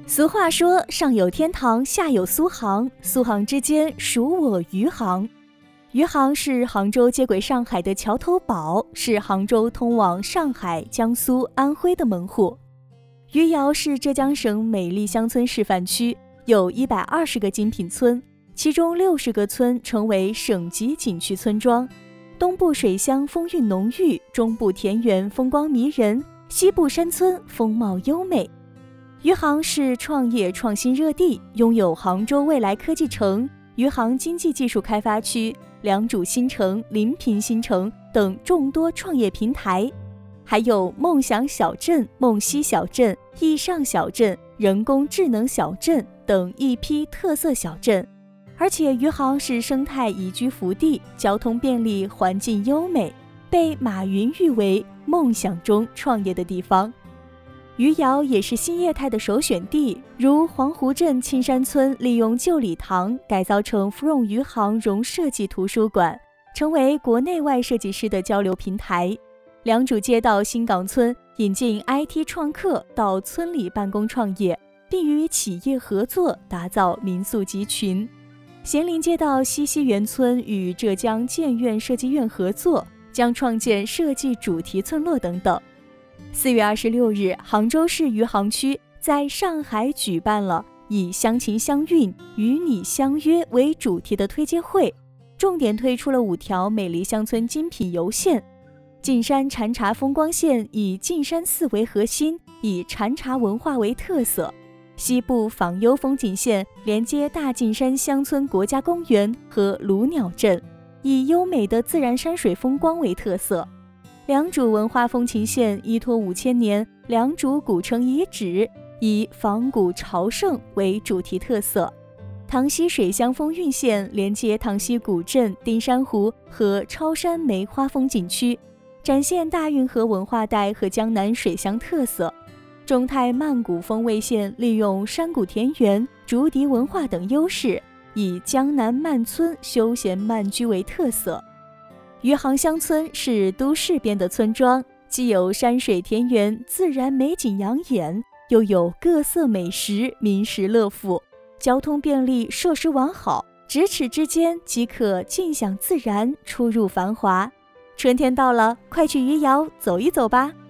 俗话说，上有天堂，下有苏杭，苏杭之间属我余杭。余杭是杭州接轨上海的桥头堡，是杭州通往上海、江苏、安徽的门户。余姚是浙江省美丽乡村示范区，有120个精品村，其中60个村成为省级景区村庄。东部水乡风韵浓郁，中部田园风光迷人，西部山村风貌优美。余杭是创业创新热地，拥有杭州未来科技城、余杭经济技术开发区、良渚新城、临平新城等众多创业平台，还有梦想小镇、梦溪小镇、易上小镇、人工智能小镇等一批特色小镇。而且余杭是生态宜居福地，交通便利，环境优美，被马云誉为梦想中创业的地方。余姚也是新业态的首选地，如黄湖镇青山村利用旧礼堂改造成 From 余杭融设计图书馆，成为国内外设计师的交流平台。良渚街道新港村引进 IT 创客到村里办公创业，并与企业合作打造民宿集群。咸宁街道西园村与浙江建院设计院合作，将创建设计主题村落等等。4月26日，杭州市余杭区在上海举办了以乡情相韵、与你相约为主题的推介会，重点推出了5条美丽乡村精品游线。径山禅茶风光线以径山寺为核心，以禅茶文化为特色。西部访优风景线连接大径山乡村国家公园和卢鸟镇，以优美的自然山水风光为特色。良渚文化风情线依托5000年良渚古城遗址，以仿古朝圣为主题特色。塘溪水乡风韵线连接塘溪古镇、丁山湖和超山梅花风景区，展现大运河文化带和江南水乡特色。中泰曼谷风味线利用山谷田园、竹笛文化等优势，以江南曼村休闲曼居为特色。余杭乡村是都市边的村庄，既有山水田园、自然美景养眼，又有各色美食、民食乐富，交通便利，设施完好，咫尺之间即可尽享自然，出入繁华。春天到了，快去余姚走一走吧。